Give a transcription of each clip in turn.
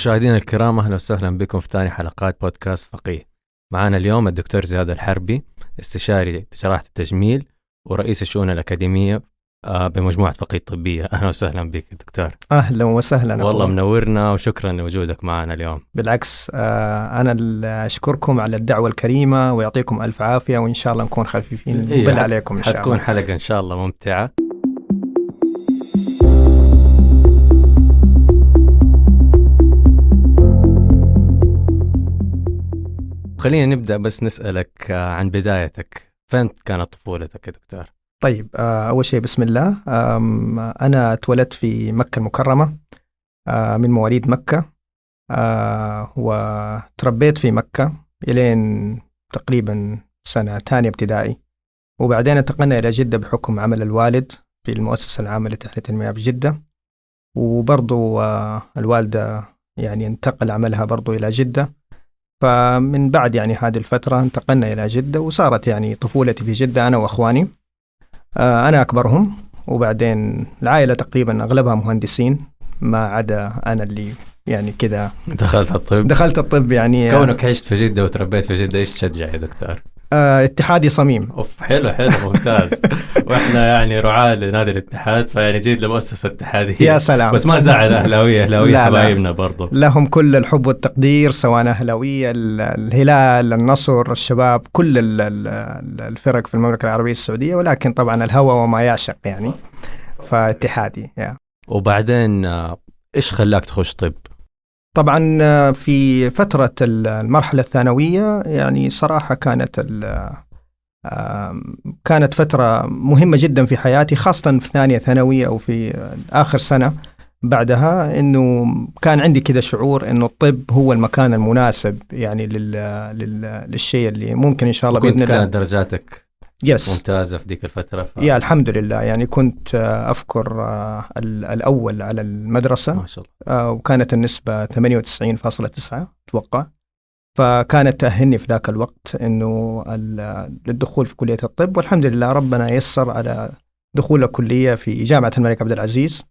مشاهدينا الكرام، أهلا وسهلا بكم في ثاني حلقات بودكاست فقيه. معنا اليوم الدكتور زياد الحربي، استشاري جراحة التجميل ورئيس الشؤون الأكاديمية بمجموعة فقيه الطبية. أهلا وسهلا بك دكتور. أهلا وسهلا. والله منورنا وشكرا لوجودك معنا اليوم. بالعكس، أنا أشكركم على الدعوة الكريمة ويعطيكم ألف عافية، وإن شاء الله نكون خفيفين وبال عليكم إن شاء الله. حتكون حلقة إن شاء الله ممتعة. خلينا نبدأ بس نسألك عن بدايتك، فين كانت طفولتك يا دكتور؟ طيب، أول شيء بسم الله. أنا اتولدت في مكة المكرمة، من مواليد مكة، وتربيت في مكة إلين تقريبا سنة ثانية ابتدائي، وبعدين انتقلنا إلى جدة بحكم عمل الوالد في المؤسسة العامة لتحلية المياه بجدة، وبرضو الوالدة يعني انتقل عملها برضو إلى جدة. فمن بعد يعني هذه الفترة انتقلنا إلى جدة، وصارت يعني طفولتي في جدة أنا وأخواني. أنا أكبرهم، وبعدين العائلة تقريبا أغلبها مهندسين ما عدا أنا اللي يعني كذا دخلت الطب يعني. كونك عشت في جدة وتربيت في جدة، إيش تشجع يا دكتور؟ اتحادي صميم. حلو ممتاز. واحنا يعني رعاة لنادي الاتحاد، فيعني جيد لمؤسسة اتحادية. يا سلام. بس ما زعل أهلاوية حبايبنا برضو. لهم كل الحب والتقدير، سواء أهلاوية، الهلال، النصر، الشباب، كل الفرق في المملكة العربية السعودية، ولكن طبعا الهوى وما يعشق يعني، فاتحادي. وبعدين إيش خلاك تخش طب؟ طبعا في فترة المرحلة الثانوية يعني صراحة كانت فترة مهمة جدا في حياتي، خاصة في ثانية ثانوية أو في آخر سنة بعدها، إنه كان عندي كده شعور إنه الطب هو المكان المناسب يعني للشيء اللي ممكن إن شاء الله بإذن الله. كانت درجاتك ممتازة في ديك الفترة يا الحمد لله، يعني كنت أذكر الأول على المدرسة ما شاء الله، وكانت النسبة 98.9 أتوقع، فكانت تأهلني في ذاك الوقت إنه للدخول في كلية الطب، والحمد لله ربنا يسر على دخول الكلية في جامعة الملك عبد العزيز.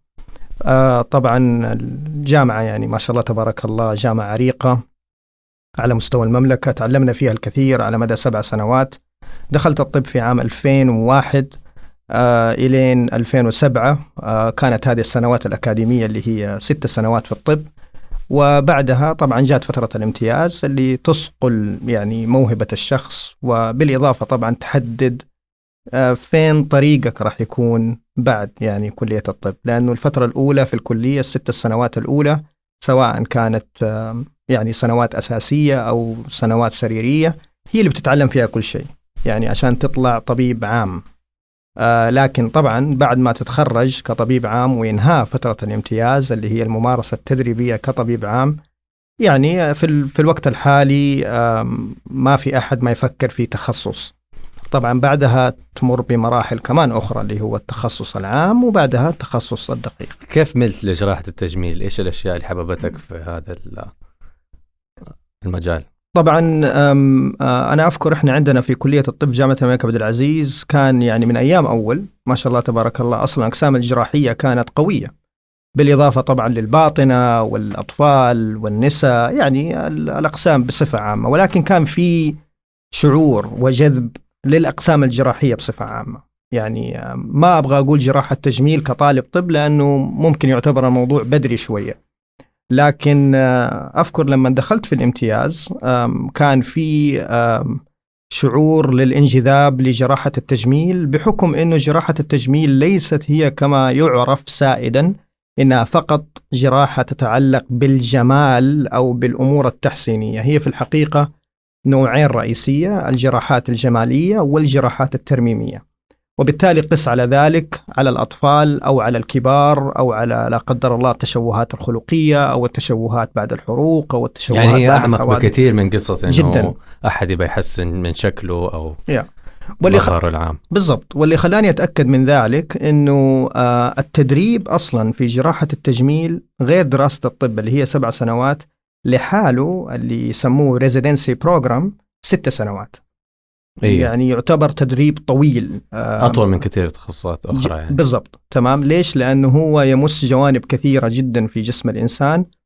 طبعا الجامعة يعني ما شاء الله تبارك الله جامعة عريقة على مستوى المملكة، تعلمنا فيها الكثير على مدى 7 سنوات. دخلت الطب في عام 2001 إلين 2007، كانت هذه السنوات الأكاديمية اللي هي 6 سنوات في الطب، وبعدها طبعا جاءت فترة الامتياز اللي تصقل يعني موهبة الشخص، وبالإضافة طبعا تحدد فين طريقك راح يكون بعد يعني كلية الطب، لأنه الفترة الأولى في الكلية 6 سنوات الأولى سواء كانت يعني سنوات أساسية أو سنوات سريرية هي اللي بتتعلم فيها كل شيء يعني عشان تطلع طبيب عام. لكن طبعا بعد ما تتخرج كطبيب عام وينهى فترة الامتياز اللي هي الممارسة التدريبية كطبيب عام، يعني في الوقت الحالي ما في أحد ما يفكر في تخصص. طبعا بعدها تمر بمراحل كمان أخرى اللي هو التخصص العام، وبعدها التخصص الدقيق. كيف ملت لجراحة التجميل؟ إيش الأشياء اللي حببتك في هذا المجال؟ طبعا أنا أذكر إحنا عندنا في كلية الطب جامعة الملك عبد العزيز كان يعني من أيام أول ما شاء الله تبارك الله أصلا أقسام الجراحية كانت قوية، بالإضافة طبعا للباطنة والأطفال والنساء، يعني الأقسام بصفة عامة، ولكن كان في شعور وجذب للأقسام الجراحية بصفة عامة. يعني ما أبغى أقول جراحة تجميل كطالب طب لأنه ممكن يعتبر الموضوع بدري شوية، لكن أذكر لما دخلت في الامتياز كان في شعور للانجذاب لجراحة التجميل، بحكم أنه جراحة التجميل ليست هي كما يعرف سائدا إنها فقط جراحة تتعلق بالجمال أو بالأمور التحسينية. هي في الحقيقة نوعين رئيسية، الجراحات الجمالية والجراحات الترميمية، وبالتالي قس على ذلك على الأطفال أو على الكبار أو على لا قدر الله التشوهات الخلقية أو التشوهات بعد الحروق أو التشوهات يعني هي أعمق بكثير من قصة إنه جداً أحد يبي يحسن من شكله أو مظهره العام. بالضبط. واللي خلاني أتأكد من ذلك إنه التدريب أصلا في جراحة التجميل غير دراسة الطب اللي هي 7 سنوات لحاله، اللي يسموه ريزيدنسي بروجرام 6 سنوات. إيه؟ يعني يعتبر تدريب طويل، أطول من كثير تخصصات أخرى يعني. بالضبط، تمام. ليش؟ لأنه هو يمس جوانب كثيرة جدا في جسم الإنسان،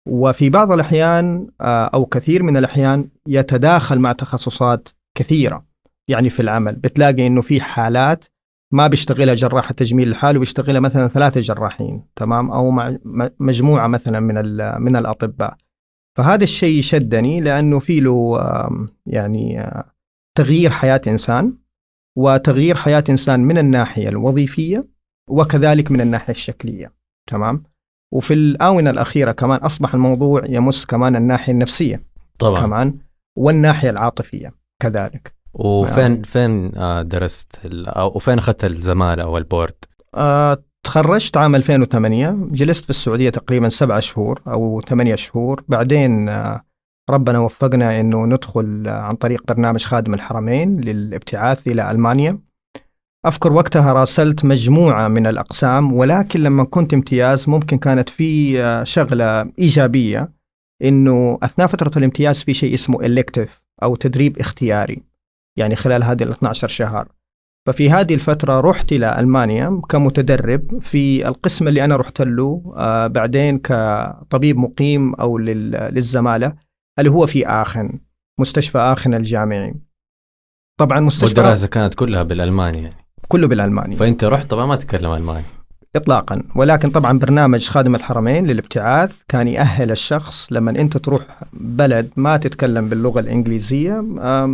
وفي بعض الأحيان أو كثير من الأحيان يتداخل مع تخصصات كثيرة. يعني في العمل بتلاقي إنه في حالات ما بيشتغلها جراح التجميل لحاله، بيشتغلها مثلا 3 جراحين، تمام، أو مع مجموعة مثلا من الأطباء. فهذا الشيء شدني لأنه في له يعني تغيير حياة إنسان، وتغيير حياة إنسان من الناحية الوظيفية وكذلك من الناحية الشكلية، تمام. وفي الآونة الأخيرة كمان أصبح الموضوع يمس كمان الناحية النفسية طبعا كمان، والناحية العاطفية كذلك. وفين درست أو فين أخذت الزمالة أو البورد؟ تخرجت عام 2008، جلست في السعودية تقريبا 7 شهور أو 8 شهور. بعدين ربنا وفقنا إنه ندخل عن طريق برنامج خادم الحرمين للابتعاث إلى ألمانيا. أذكر وقتها راسلت مجموعة من الأقسام، ولكن لما كنت امتياز ممكن كانت في شغلة إيجابية، إنه أثناء فترة الامتياز في شيء اسمه elective أو تدريب اختياري، يعني خلال هذه 12 شهر. ففي هذه الفترة رحت إلى ألمانيا كمتدرب في القسم اللي أنا رحت له بعدين كطبيب مقيم أو للزمالة، اللي هو في آخن، مستشفى آخن الجامعي. طبعا مستشفى والدراسة كانت كلها بالألماني يعني؟ كله بالألماني. فأنت رحت طبعا ما تتكلم ألماني إطلاقا، ولكن طبعا برنامج خادم الحرمين للابتعاث كان يأهل الشخص لما أنت تروح بلد ما تتكلم باللغة الإنجليزية،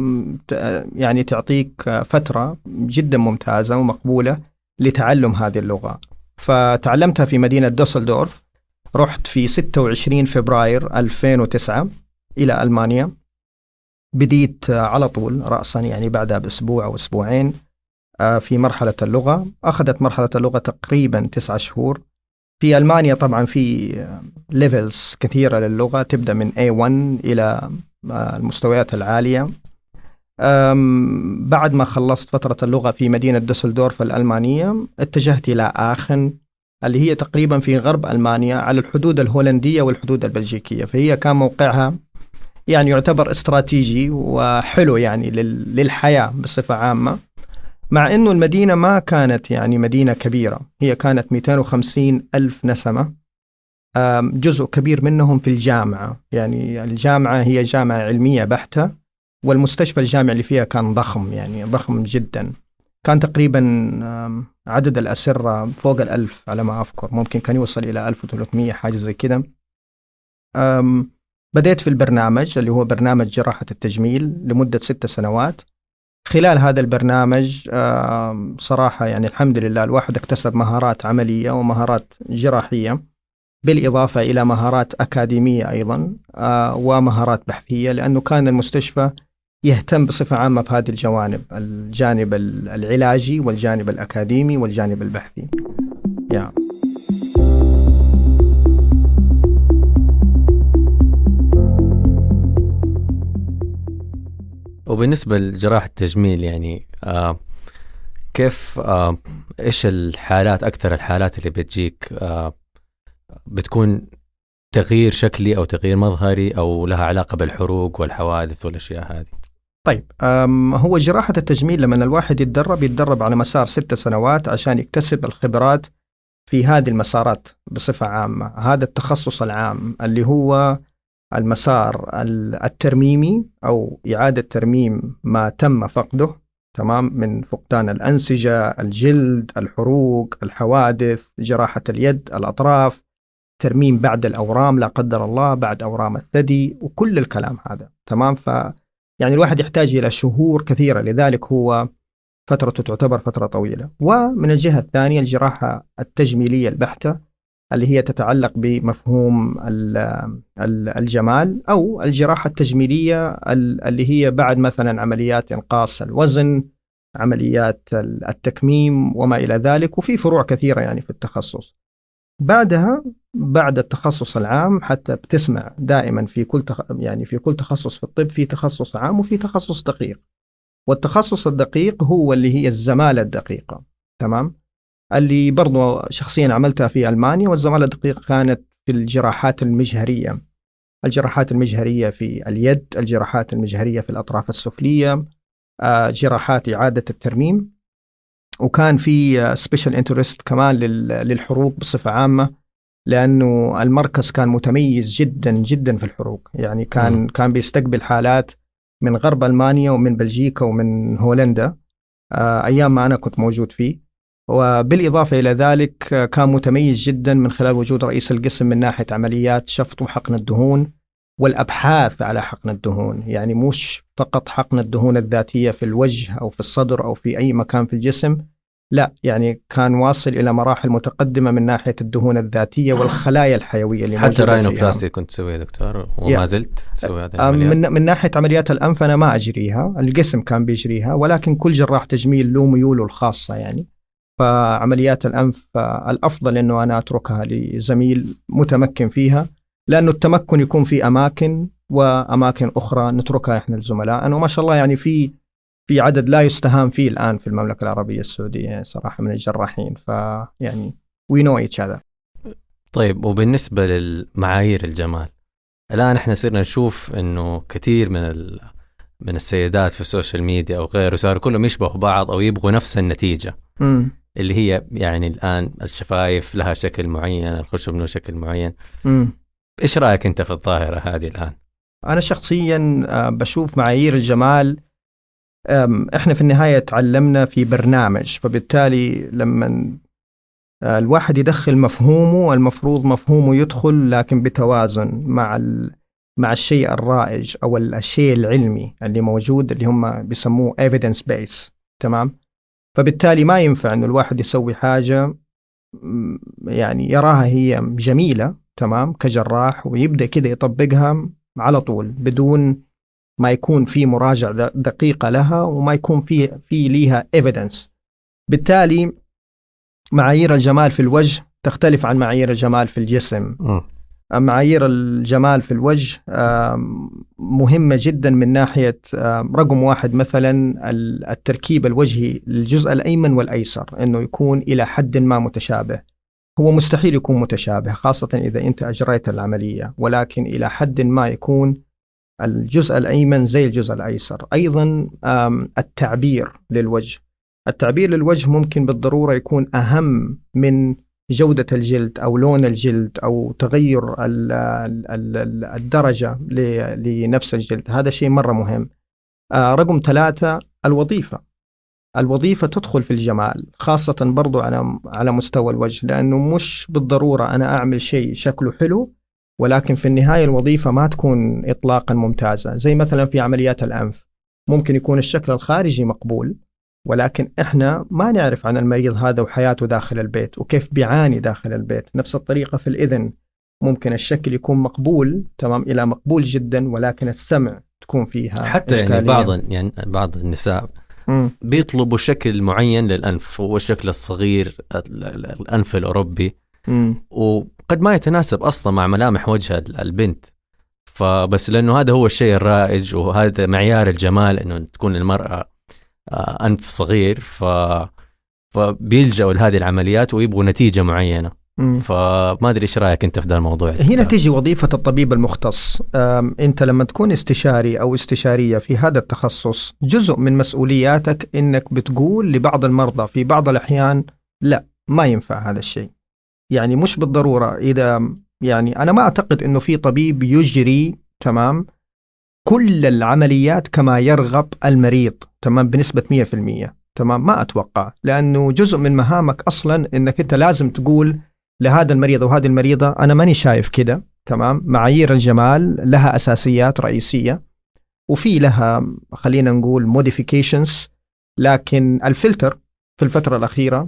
يعني تعطيك فترة جدا ممتازة ومقبولة لتعلم هذه اللغة. فتعلمتها في مدينة دوسلدورف. رحت في 26 فبراير 2009 إلى ألمانيا. بديت على طول رأسا، يعني بعدها بأسبوع أو أسبوعين في مرحلة اللغة. أخذت مرحلة اللغة تقريبا 9 شهور. في ألمانيا طبعا في ليفلز كثيرة للغة، تبدأ من A1 إلى المستويات العالية. بعد ما خلصت فترة اللغة في مدينة دوسلدورف الألمانية، اتجهت إلى آخن اللي هي تقريبا في غرب ألمانيا على الحدود الهولندية والحدود البلجيكية. فهي كان موقعها يعني يعتبر استراتيجي وحلو يعني للحياة بصفة عامة، مع أنه المدينة ما كانت يعني مدينة كبيرة. هي كانت 250 ألف نسمة، جزء كبير منهم في الجامعة. يعني الجامعة هي جامعة علمية بحتة، والمستشفى الجامعي اللي فيها كان ضخم، يعني ضخم جدا. كان تقريبا عدد الأسرة فوق 1000 على ما أذكر، ممكن كان يوصل إلى 1300 حاجة زي كده. بديت في البرنامج اللي هو برنامج جراحة التجميل لمدة 6 سنوات. خلال هذا البرنامج صراحة يعني الحمد لله الواحد اكتسب مهارات عملية ومهارات جراحية، بالإضافة إلى مهارات أكاديمية أيضا ومهارات بحثية، لأنه كان المستشفى يهتم بصفة عامة في هذه الجوانب، الجانب العلاجي والجانب الأكاديمي والجانب البحثي. وبالنسبة لجراحة التجميل يعني كيف إيش الحالات، أكثر الحالات اللي بتجيك بتكون تغيير شكلي أو تغيير مظهري أو لها علاقة بالحروق والحوادث والأشياء هذه؟ طيب هو جراحة التجميل لما الواحد يتدرب على مسار 6 سنوات عشان يكتسب الخبرات في هذه المسارات بصفة عامة. هذا التخصص العام اللي هو المسار الترميمي أو إعادة ترميم ما تم فقده، تمام، من فقدان الأنسجة، الجلد، الحروق، الحوادث، جراحة اليد، الأطراف، ترميم بعد الأورام لا قدر الله، بعد أورام الثدي، وكل الكلام هذا، تمام. يعني الواحد يحتاج إلى شهور كثيرة، لذلك هو فترته تعتبر فترة طويلة. ومن الجهة الثانية الجراحة التجميلية البحتة اللي هي تتعلق بمفهوم الجمال، أو الجراحة التجميلية اللي هي بعد مثلا عمليات إنقاص الوزن، عمليات التكميم وما إلى ذلك. وفي فروع كثيرة يعني في التخصص. بعدها بعد التخصص العام حتى بتسمع دائما في كل يعني في كل تخصص في الطب في تخصص عام وفي تخصص دقيق. والتخصص الدقيق هو اللي هي الزمالة الدقيقة، تمام، اللي برضو شخصيا عملتها في ألمانيا. والزمالة الدقيقة كانت في الجراحات المجهرية، الجراحات المجهرية في اليد، الجراحات المجهرية في الأطراف السفلية، جراحات إعادة الترميم. وكان في سبيشال انترست كمان للحروق بصفة عامة، لأنه المركز كان متميز جدا جدا في الحروق. يعني كان بيستقبل حالات من غرب ألمانيا ومن بلجيكا ومن هولندا أيام ما أنا كنت موجود فيه. وبالإضافة إلى ذلك كان متميز جدا من خلال وجود رئيس القسم من ناحية عمليات شفط وحقن الدهون والأبحاث على حقن الدهون. يعني مش فقط حقن الدهون الذاتية في الوجه أو في الصدر أو في أي مكان في الجسم، لا، يعني كان واصل إلى مراحل متقدمة من ناحية الدهون الذاتية والخلايا الحيوية اللي حتى موجودة راينوبلاستي كنت تسويها دكتور وما زلت تسوي هذه العمليات؟ من ناحية عمليات الأنف أنا ما أجريها، القسم كان بيجريها، ولكن كل جراح تجميل له ميوله الخاصة. يعني فعمليات الأنف الأفضل أنه أنا أتركها لزميل متمكن فيها، لأنه التمكن يكون في أماكن وأماكن أخرى نتركها إحنا الزملاء. وما شاء الله يعني في عدد لا يستهان فيه الآن في المملكة العربية السعودية يعني صراحة من الجراحين. فيعني we know each other. طيب، وبالنسبة للمعايير الجمال الآن إحنا صرنا نشوف إنه كثير من السيدات في السوشيال ميديا أو غيره صاروا كلهم يشبهوا بعض أو يبغوا نفس النتيجة اللي هي يعني الآن الشفايف لها شكل معين، الخشم له شكل معين. إيش رأيك أنت في الظاهرة هذه الآن؟ أنا شخصيا بشوف معايير الجمال إحنا في النهاية تعلمنا في برنامج، فبالتالي لما الواحد يدخل مفهومه المفروض مفهومه يدخل لكن بتوازن مع الشيء الرائج أو الشيء العلمي اللي موجود اللي هم بيسموه evidence base. تمام؟ فبالتالي ما ينفع إنه الواحد يسوي حاجة يعني يراها هي جميلة تمام كجراح ويبدأ كده يطبقها على طول بدون ما يكون في مراجعة دقيقة لها وما يكون في ليها evidence. بالتالي معايير الجمال في الوجه تختلف عن معايير الجمال في الجسم. معايير الجمال في الوجه مهمة جدا من ناحية رقم واحد مثلا التركيب الوجهي للجزء الأيمن والأيسر إنه يكون إلى حد ما متشابه. هو مستحيل يكون متشابه خاصة إذا أنت أجريت العملية، ولكن إلى حد ما يكون الجزء الأيمن زي الجزء الأيسر. أيضا التعبير للوجه ممكن بالضرورة يكون أهم من جودة الجلد أو لون الجلد أو تغير الدرجة لنفس الجلد. هذا شيء مرة مهم. رقم 3 الوظيفة تدخل في الجمال خاصة برضو على مستوى الوجه، لأنه مش بالضرورة أنا أعمل شيء شكله حلو ولكن في النهاية الوظيفة ما تكون إطلاقا ممتازة. زي مثلا في عمليات الأنف ممكن يكون الشكل الخارجي مقبول ولكن إحنا ما نعرف عن المريض هذا وحياته داخل البيت وكيف بيعاني داخل البيت. نفس الطريقة في الإذن ممكن الشكل يكون مقبول تمام إلى مقبول جدا ولكن السمع تكون فيها حتى إشكالية. يعني بعض النساء بيطلبوا شكل معين للأنف، هو الشكل الصغير الأنف الأوروبي وقد ما يتناسب أصلا مع ملامح وجه البنت. فبس لأنه هذا هو الشيء الرائج وهذا معيار الجمال إنه تكون المرأة أنف صغير فبيلجأوا لهذه العمليات ويبغوا نتيجة معينة. فما أدري إيش رأيك أنت في ذا الموضوع؟ هنا تيجي وظيفة الطبيب المختص. أنت لما تكون استشاري أو استشارية في هذا التخصص جزء من مسؤولياتك إنك بتقول لبعض المرضى في بعض الأحيان لا ما ينفع هذا الشيء. يعني مش بالضرورة إذا يعني أنا ما أعتقد إنه في طبيب يجري تمام كل العمليات كما يرغب المريض تمام بنسبة 100%. تمام ما أتوقع، لأنه جزء من مهامك أصلا إنك أنت لازم تقول لهذا المريض وهذه المريضة أنا ماني شايف كده. تمام معايير الجمال لها أساسيات رئيسية وفي لها خلينا نقول modifications، لكن الفلتر في الفترة الأخيرة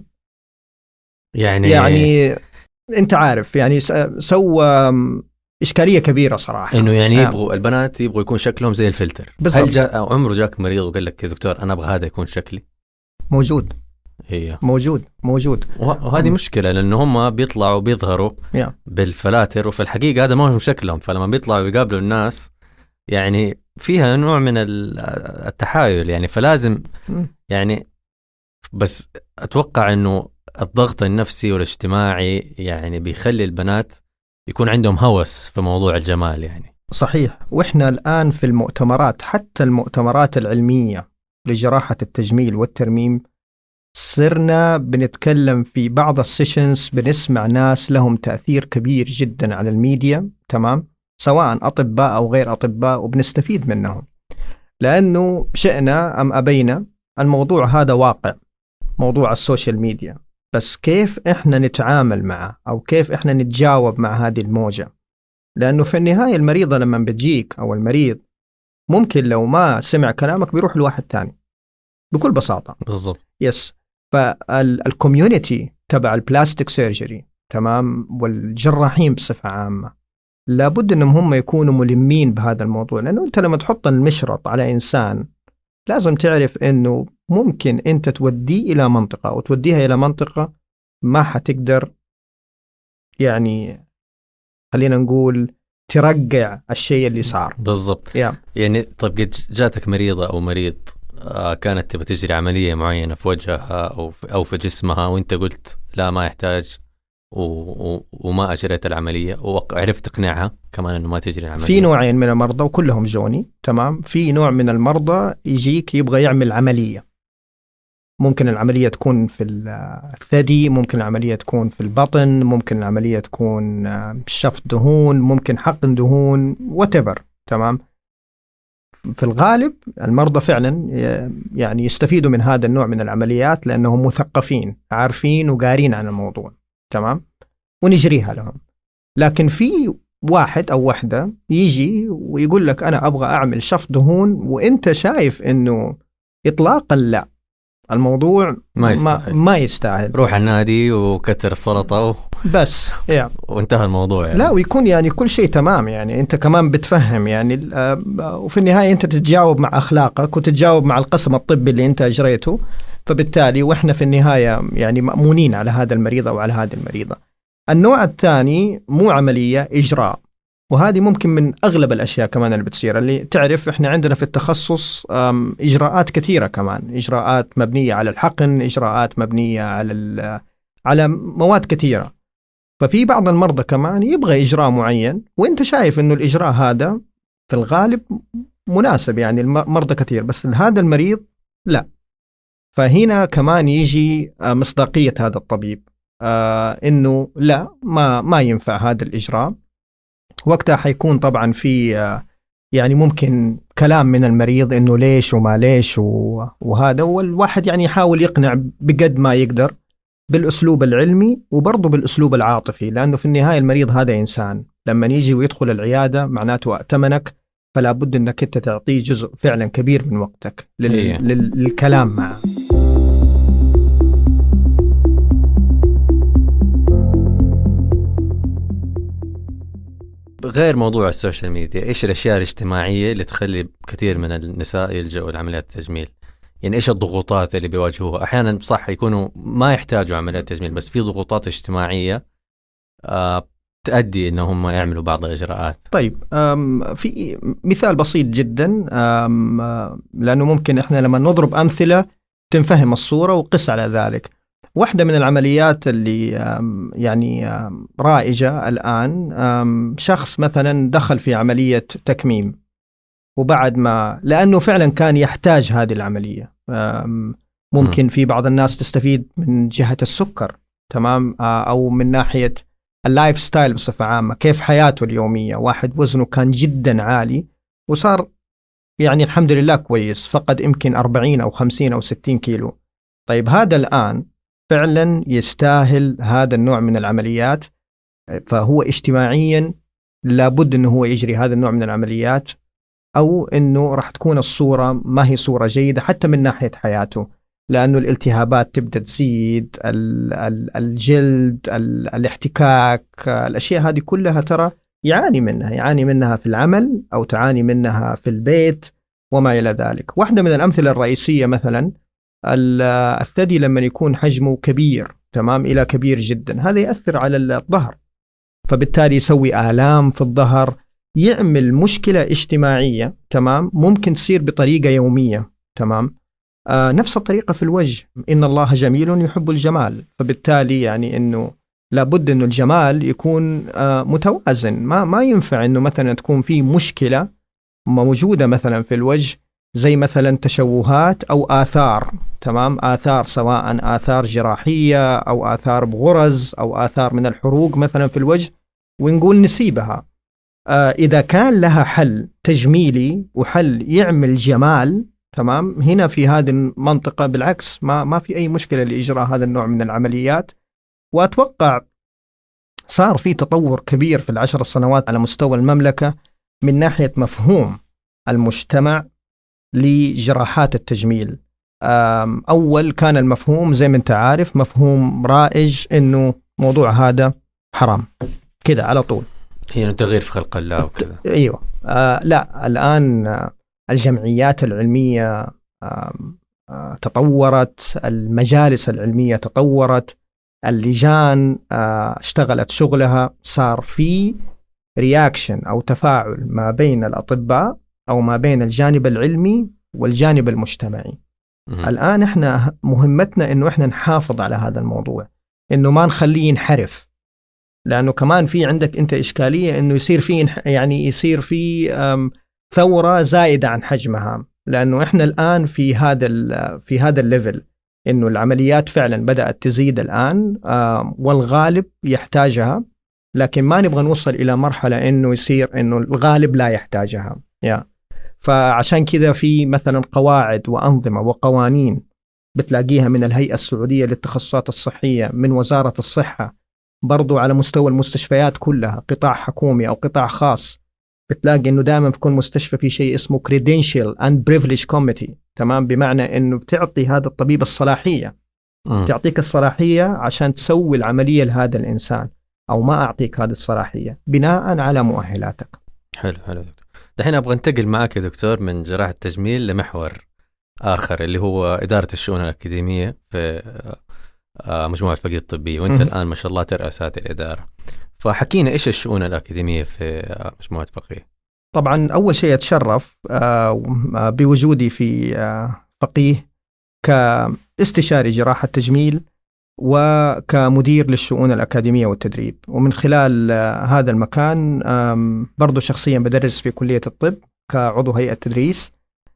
يعني أنت عارف يعني سوى إشكالية كبيرة صراحة. إنه يعني يبغوا البنات يبغوا يكون شكلهم زي الفلتر. بالضبط. هل عمره جاك مريض وقال لك يا دكتور أنا أبغى هذا يكون شكلي؟ موجود. هي موجود. وهذه مشكلة لأنه هم بيطلعوا بيظهروا بالفلاتر وفي الحقيقة هذا ما هو شكلهم. فلما بيطلعوا يقابلوا الناس يعني فيها نوع من التحايل يعني. فلازم يعني بس أتوقع إنه الضغط النفسي والاجتماعي يعني بيخلي البنات يكون عندهم هوس في موضوع الجمال يعني. صحيح. وإحنا الآن في المؤتمرات حتى المؤتمرات العلمية لجراحة التجميل والترميم صرنا بنتكلم في بعض السيشنز، بنسمع ناس لهم تأثير كبير جدا على الميديا، تمام، سواء أطباء أو غير أطباء، وبنستفيد منهم، لأنه شئنا أم أبينا الموضوع هذا واقع، موضوع السوشيال ميديا. بس كيف إحنا نتعامل معه، أو كيف إحنا نتجاوب مع هذه الموجة؟ لأنه في النهاية المريضة لما بتجيك أو المريض ممكن لو ما سمع كلامك بيروح لواحد تاني بكل بساطة. بالضبط. يس. فالكوميونيتي تبع البلاستيك سيرجري، تمام، والجراحين بصفة عامة، لابد أنهم هم يكونوا ملمين بهذا الموضوع. لأنه أنت لما تحط المشرط على إنسان لازم تعرف أنه ممكن أنت توديه إلى منطقة أو توديها إلى منطقة ما حتقدر، يعني خلينا نقول ترجع الشيء اللي صار. بالضبط. يعني طب قد جاتك مريضة أو مريض كانت تبى تجري عملية معينة في وجهها أو في جسمها، وانت قلت لا ما يحتاج وما أجريت العملية، وعرفت تقنعها كمان أنه ما تجري العملية؟ في نوعين من المرضى وكلهم جوني، تمام. في نوع من المرضى يجيك يبغى يعمل عملية، ممكن العملية تكون في الثدي، ممكن العملية تكون في البطن، ممكن العملية تكون شفط دهون، ممكن حقن دهون، whatever، تمام. في الغالب المرضى فعلا يعني يستفيدوا من هذا النوع من العمليات لأنهم مثقفين، عارفين وقارين عن الموضوع، تمام، ونجريها لهم. لكن في واحد أو واحدة يجي ويقول لك أنا أبغى أعمل شفط دهون، وإنت شايف إنه إطلاقا لا، الموضوع ما يستاهل. روح النادي وكتر السلطة بس وانتهى الموضوع يعني. لا، ويكون يعني كل شيء تمام، يعني انت كمان بتفهم يعني، وفي النهاية انت تتجاوب مع اخلاقك وتتجاوب مع القسم الطبي اللي انت اجريته، فبالتالي واحنا في النهاية يعني مأمونين على هذا المريض او على هذه المريضة. النوع الثاني مو عملية، اجراء، وهذه ممكن من أغلب الأشياء كمان اللي بتصير. اللي تعرف إحنا عندنا في التخصص إجراءات كثيرة كمان، إجراءات مبنية على الحقن، إجراءات مبنية على مواد كثيرة. ففي بعض المرضى كمان يبغى إجراء معين، وإنت شايف إنه الإجراء هذا في الغالب مناسب، يعني المرضى كثير، بس هذا المريض لا. فهنا كمان يجي مصداقية هذا الطبيب، إنه لا، ما ينفع هذا الإجراء. وقتها حيكون طبعا في يعني ممكن كلام من المريض إنه ليش وما ليش وهذا، والواحد يعني يحاول يقنع بقد ما يقدر بالأسلوب العلمي وبرضه بالأسلوب العاطفي، لأنه في النهاية المريض هذا إنسان لما يجي ويدخل العيادة معناته أأتمنك، فلا بد أنك أنت تعطيه جزء فعلا كبير من وقتك للكلام معه. غير موضوع السوشيال ميديا، إيش الأشياء الاجتماعية اللي تخلي كثير من النساء يلجأوا لعمليات التجميل؟ يعني إيش الضغوطات اللي بيواجهوها؟ أحيانا صح يكونوا ما يحتاجوا عمليات تجميل، بس في ضغوطات اجتماعية تؤدي إنهم يعملوا بعض الإجراءات. طيب، في مثال بسيط جدا، لأنه ممكن إحنا لما نضرب أمثلة تنفهم الصورة وقس على ذلك. واحدة من العمليات اللي يعني رائجة الآن، شخص مثلا دخل في عملية تكميم، وبعد ما لأنه فعلا كان يحتاج هذه العملية، ممكن في بعض الناس تستفيد من جهة السكر، تمام، أو من ناحية اللايف ستايل بصفة عامة، كيف حياته اليومية. واحد وزنه كان جدا عالي وصار يعني الحمد لله كويس، فقد يمكن 40 أو 50 أو 60 كيلو. طيب هذا الآن فعلا يستاهل هذا النوع من العمليات، فهو اجتماعيا لابد أنه هو يجري هذا النوع من العمليات، أو أنه راح تكون الصورة ما هي صورة جيدة حتى من ناحية حياته، لأنه الالتهابات تبدأ تزيد، الجلد، الاحتكاك، الأشياء هذه كلها ترى يعاني منها في العمل أو تعاني منها في البيت وما إلى ذلك. واحدة من الأمثلة الرئيسية مثلا الثدي لما يكون حجمه كبير، تمام، إلى كبير جدا، هذا يأثر على الظهر، فبالتالي يسوي آلام في الظهر، يعمل مشكلة اجتماعية، تمام، ممكن تصير بطريقة يومية، تمام. نفس الطريقة في الوجه، إن الله جميل يحب الجمال، فبالتالي يعني إنه لابد إنه الجمال يكون متوازن، ما ينفع إنه مثلا تكون في مشكلة موجودة مثلا في الوجه زي مثلا تشوهات أو آثار، تمام، آثار سواء آثار جراحية أو آثار بغرز أو آثار من الحروق مثلا في الوجه، ونقول نسيبها. إذا كان لها حل تجميلي وحل يعمل جمال، تمام، هنا في هذه المنطقة بالعكس ما في أي مشكلة لإجراء هذا النوع من العمليات. وأتوقع صار في تطور كبير في ال10 سنوات على مستوى المملكة من ناحية مفهوم المجتمع لجراحات التجميل. أول كان المفهوم زي ما أنت عارف مفهوم رائج إنه موضوع هذا حرام كده على طول، يعني تغيير في خلق الله وكذا. أيوة. لا، الآن الجمعيات العلمية تطورت، المجالس العلمية تطورت، اللجان اشتغلت شغلها، صار في رياكشن أو تفاعل ما بين الأطباء أو ما بين الجانب العلمي والجانب المجتمعي. الآن إحنا مهمتنا إنه إحنا نحافظ على هذا الموضوع، إنه ما نخليه ينحرف، لأنه كمان في عندك أنت إشكالية إنه يصير في ثورة زائدة عن حجمها، لأنه إحنا الآن في هذا الليفل إنه العمليات فعلا بدأت تزيد الآن، والغالب يحتاجها، لكن ما نبغى نوصل إلى مرحلة إنه يصير إنه الغالب لا يحتاجها. فعشان كذا في مثلا قواعد وأنظمة وقوانين بتلاقيها من الهيئة السعودية للتخصصات الصحية، من وزارة الصحة، برضو على مستوى المستشفيات كلها، قطاع حكومي أو قطاع خاص، بتلاقي إنه دائما في كل مستشفى في شيء اسمه Credential and Privilege Committee، تمام، بمعنى إنه بتعطي هذا الطبيب الصلاحية، تعطيك الصلاحية عشان تسوي العملية لهذا الإنسان، أو ما أعطيك هذه الصلاحية بناء على مؤهلاتك. حلو دكتور. دحين أبغى انتقل معك يا دكتور من جراحة التجميل لمحور آخر اللي هو إدارة الشؤون الأكاديمية في مجموعة فقيه الطبية، وأنت الآن ما شاء الله ترأس هذه الإدارة، فحكينا إيش الشؤون الأكاديمية في مجموعة فقيه. طبعا أول شيء أتشرف بوجودي في فقيه كاستشاري جراحة تجميل وكمدير للشؤون الأكاديمية والتدريب، ومن خلال هذا المكان برضو شخصيا بدرس في كلية الطب كعضو هيئة تدريس.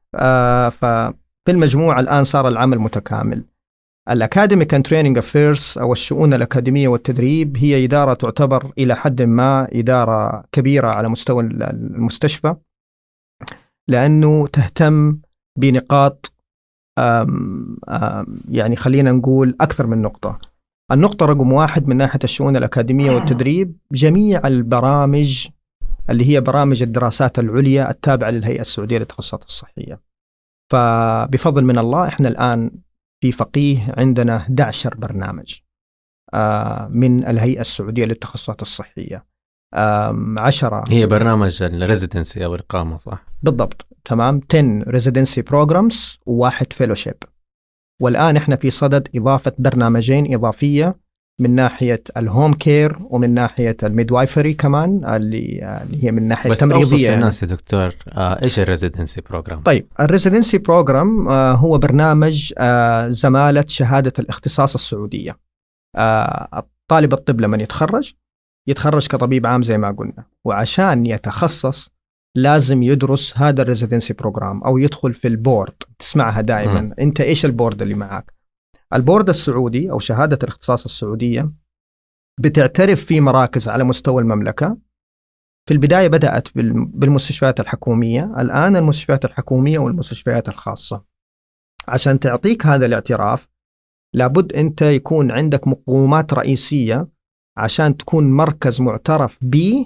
ففي المجموعة الآن صار العمل متكامل. الأكاديميك أند تريننج أفيرس أو الشؤون الأكاديمية والتدريب هي إدارة تعتبر إلى حد ما إدارة كبيرة على مستوى المستشفى، لأنه تهتم بنقاط يعني خلينا نقول أكثر من نقطة. النقطة رقم 1 من ناحية الشؤون الأكاديمية والتدريب جميع البرامج اللي هي برامج الدراسات العليا التابعة للهيئة السعودية للتخصصات الصحية. فبفضل من الله إحنا الآن في فقيه عندنا 11 برنامج من الهيئة السعودية للتخصصات الصحية. 10 هي برنامج الريزيدنسي أو الإقامة، صح؟ بالضبط، تمام. 10 ريزيدنسي بروجرامز و1 فيلوشيب. والآن إحنا في صدد إضافة برنامجين إضافية من ناحية الهوم كير ومن ناحية الميدوايفري كمان، اللي هي من ناحية التمريضية. بس أوصف للناس يا دكتور إيش الريزيدنسي بروجرام؟ طيب، الريزيدنسي بروجرام هو برنامج زمالة شهادة الاختصاص السعودية. طالب الطب لما يتخرج كطبيب عام زي ما قلنا، وعشان يتخصص لازم يدرس هذا الريزيدنسي بروجرام أو يدخل في البورد. تسمعها دائما. أنت إيش البورد اللي معك؟ البورد السعودي أو شهادة الاختصاص السعودية بتعترف في مراكز على مستوى المملكة. في البداية بدأت بالمستشفيات الحكومية، الآن المستشفيات الحكومية والمستشفيات الخاصة. عشان تعطيك هذا الاعتراف لابد أنت يكون عندك مقومات رئيسية عشان تكون مركز معترف به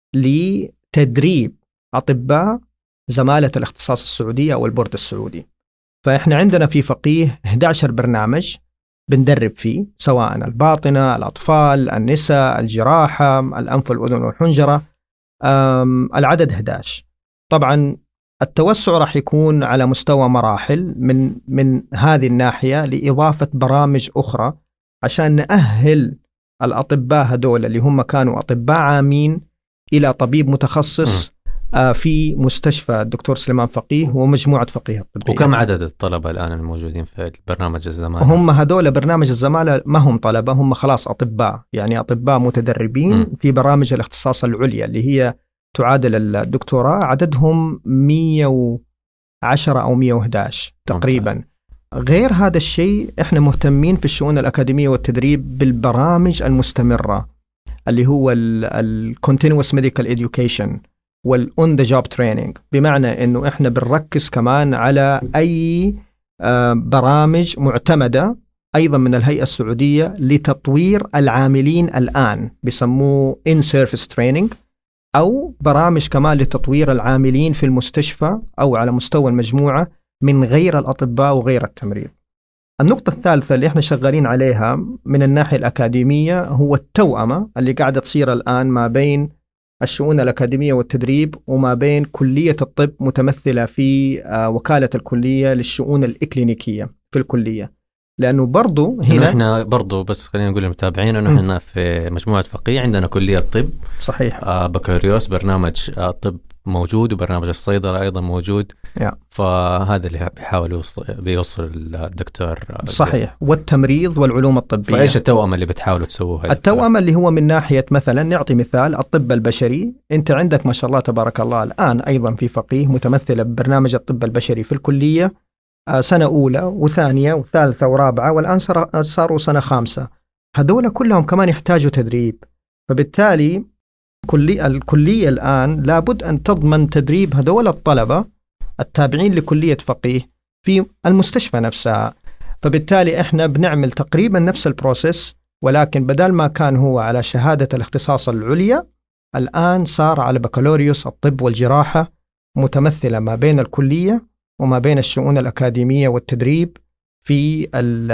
لتدريب أطباء زمالة الاختصاص السعودية أو البورد السعودي. فإحنا عندنا في فقيه 11 برنامج بندرب فيه، سواء الباطنة، الأطفال، النساء، الجراحة، الأنف والأذن والحنجرة. العدد 11. طبعا التوسع راح يكون على مستوى مراحل من هذه الناحية لإضافة برامج أخرى عشان نأهل الأطباء هدول اللي هم كانوا أطباء عامين إلى طبيب متخصص في مستشفى الدكتور سليمان فقيه ومجموعة فقيه الطبية. وكم عدد الطلبة الآن الموجودين في برنامج الزمالة؟ هم هدول برنامج الزمالة ما هم طلبة، هم خلاص أطباء، يعني أطباء متدربين في برامج الاختصاص العليا اللي هي تعادل الدكتوراه. عددهم 10 أو 111 تقريبا. غير هذا الشيء إحنا مهتمين في الشؤون الأكاديمية والتدريب بالبرامج المستمرة اللي هو ال Continuous Medical Education وال On the Job Training، بمعنى إنه إحنا بنركز كمان على أي برامج معتمدة أيضا من الهيئة السعودية لتطوير العاملين الآن، بيسموه In-Service Training، أو برامج كمان لتطوير العاملين في المستشفى أو على مستوى المجموعة من غير الأطباء وغير التمريض. النقطة الثالثة اللي احنا شغالين عليها من الناحية الأكاديمية هو التوأمة اللي قاعدة تصير الآن ما بين الشؤون الأكاديمية والتدريب وما بين كلية الطب متمثلة في وكالة الكلية للشؤون الإكلينيكية في الكلية. لأنه برضو هنا احنا برضو بس خلينا نقول للمتابعين أنه احنا في مجموعة فقيه عندنا كلية طب صحيح، بكالوريوس، برنامج طب موجود، وبرنامج الصيدلة أيضا موجود. فهذا اللي بيحاول بيوصل الدكتور. صحيح، والتمريض والعلوم الطبية. فإيش التوأمة اللي بتحاولوا تسووها؟ التوأمة اللي هو من ناحية مثلا نعطي مثال الطب البشري، أنت عندك ما شاء الله تبارك الله الآن أيضا في فقيه متمثلة ببرنامج الطب البشري في الكلية، سنة أولى وثانية وثالثة ورابعة، والآن صاروا سنة خامسة. هذول كلهم كمان يحتاجوا تدريب، فبالتالي الكلية الآن لابد أن تضمن تدريب هذول الطلبة التابعين لكلية فقيه في المستشفى نفسها. فبالتالي إحنا بنعمل تقريبا نفس البروسيس، ولكن بدل ما كان هو على شهادة الاختصاص العليا، الآن صار على بكالوريوس الطب والجراحة، متمثلة ما بين الكلية وما بين الشؤون الأكاديمية والتدريب في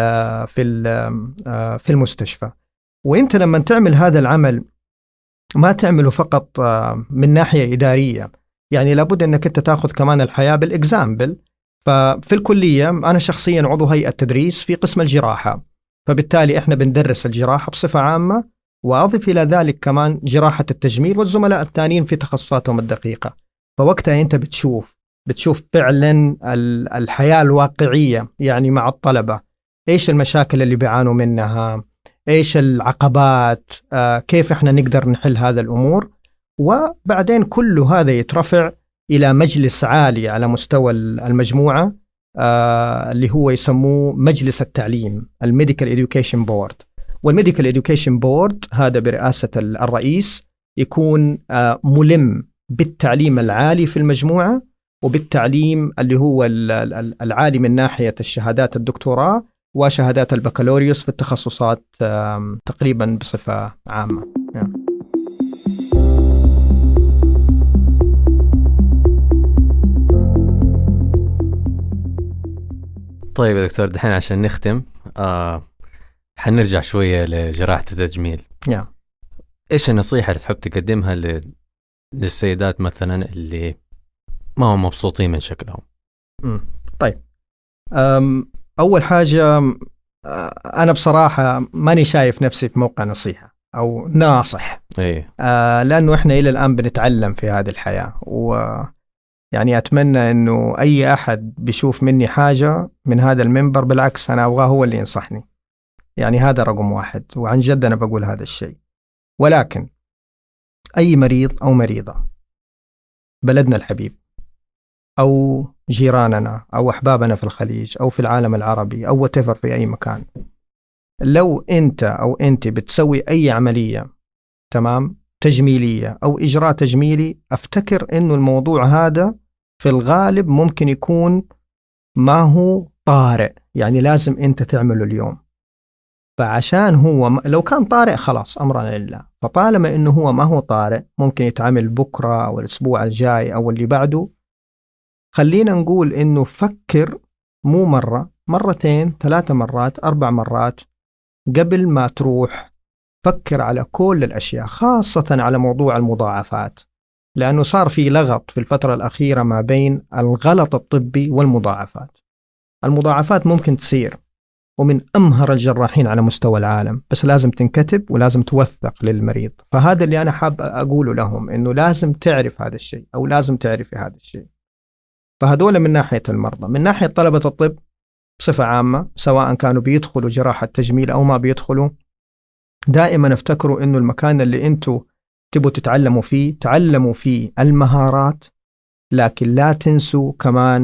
المستشفى. وإنت لما تعمل هذا العمل ما تعمله فقط من ناحية إدارية، يعني لابد أنك أنت تأخذ كمان الحياة بالإكزامبل. ففي الكلية أنا شخصيا عضو هيئة تدريس في قسم الجراحة، فبالتالي إحنا بندرس الجراحة بصفة عامة، وأضف إلى ذلك كمان جراحة التجميل والزملاء الثانيين في تخصصاتهم الدقيقة. فوقتها أنت بتشوف فعلا الحياة الواقعية يعني مع الطلبة، إيش المشاكل اللي بيعانوا منها، إيش العقبات، كيف إحنا نقدر نحل هذا الأمور. وبعدين كل هذا يترفع إلى مجلس عالي على مستوى المجموعة، اللي هو يسموه مجلس التعليم، الميديكال إديوكيشن بورد. والميديكال إديوكيشن بورد هذا برئاسة الرئيس يكون ملم بالتعليم العالي في المجموعة وبالتعليم اللي هو العالي من ناحية الشهادات الدكتوراه وشهادات البكالوريوس في التخصصات تقريبا بصفة عامة. طيب يا دكتور، دحين عشان نختم حنرجع شوية لجراحة التجميل. إيش النصيحة اللي تحب تقدمها للسيدات مثلا اللي ما هم مبسوطين من شكلهم؟ طيب، أول حاجة أنا بصراحة ماني شايف نفسي في موقع نصيحة أو ناصح، لأنه إحنا إلى الآن بنتعلم في هذه الحياة، ويعني أتمنى أنه أي أحد بيشوف مني حاجة من هذا المنبر بالعكس أنا أبغاه هو اللي ينصحني، يعني هذا رقم واحد، وعن جد أنا بقول هذا الشيء. ولكن أي مريض أو مريضة بلدنا الحبيب أو جيراننا أو أحبابنا في الخليج أو في العالم العربي أو whatever في أي مكان، لو أنت أو أنت بتسوي أي عملية تمام تجميلية أو إجراء تجميلي، أفتكر أنه الموضوع هذا في الغالب ممكن يكون ما هو طارئ، يعني لازم أنت تعمله اليوم. فعشان هو لو كان طارئ خلاص أمرنا لله، فطالما أنه هو ما هو طارئ ممكن يتعمل بكرة أو الأسبوع الجاي أو اللي بعده، خلينا نقول إنه فكر مو مرة، مرتين، 3 مرات، 4 مرات قبل ما تروح. فكر على كل الأشياء، خاصة على موضوع المضاعفات، لأنه صار في لغط في الفترة الأخيرة ما بين الغلط الطبي والمضاعفات. المضاعفات ممكن تصير ومن أمهر الجراحين على مستوى العالم، بس لازم تنكتب ولازم توثق للمريض. فهذا اللي أنا حاب أقوله لهم، إنه لازم تعرف هذا الشيء أو لازم تعرفي هذا الشيء. فهذول من ناحية المرضى. من ناحية طلبة الطب بصفة عامة، سواء كانوا بيدخلوا جراحة تجميل أو ما بيدخلوا، دائما افتكروا إنه المكان اللي أنتوا تبوا تتعلموا فيه، تعلموا فيه المهارات، لكن لا تنسوا كمان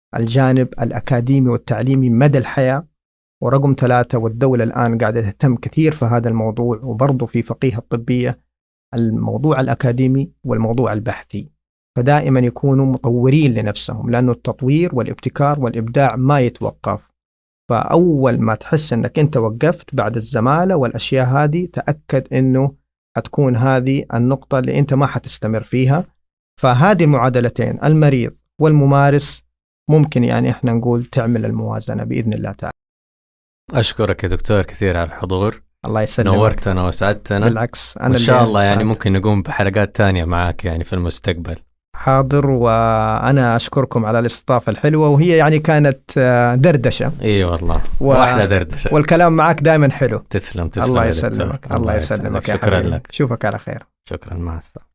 الجانب الأكاديمي والتعليمي مدى الحياة. ورقم 3، والدولة الآن قاعدة تهتم كثير في هذا الموضوع، وبرضه في فقيه الطبية، الموضوع الأكاديمي والموضوع البحثي. فدائما يكونوا مطورين لنفسهم، لأنه التطوير والابتكار والإبداع ما يتوقف. فأول ما تحس أنك أنت وقفت بعد الزمالة والأشياء هذه، تأكد أنه هتكون هذه النقطة اللي أنت ما حتستمر فيها. فهذه المعادلتين، المريض والممارس، ممكن يعني إحنا نقول تعمل الموازنة بإذن الله تعالى. أشكرك يا دكتور كثير على الحضور. الله يسلمك. نورتنا وسعدتنا. بالعكس، أنا إن شاء الله يعني سعد. ممكن نقوم بحلقات تانية معك يعني في المستقبل. حاضر، وأنا أشكركم على الاستضافة الحلوة، وهي يعني كانت دردشة. إيه والله وأحلى دردشة، والكلام معك دائما حلو. تسلم الله يسلمك. الله يسلمك. شكرا لك. شوفك على خير. شكرا، مع السلامة.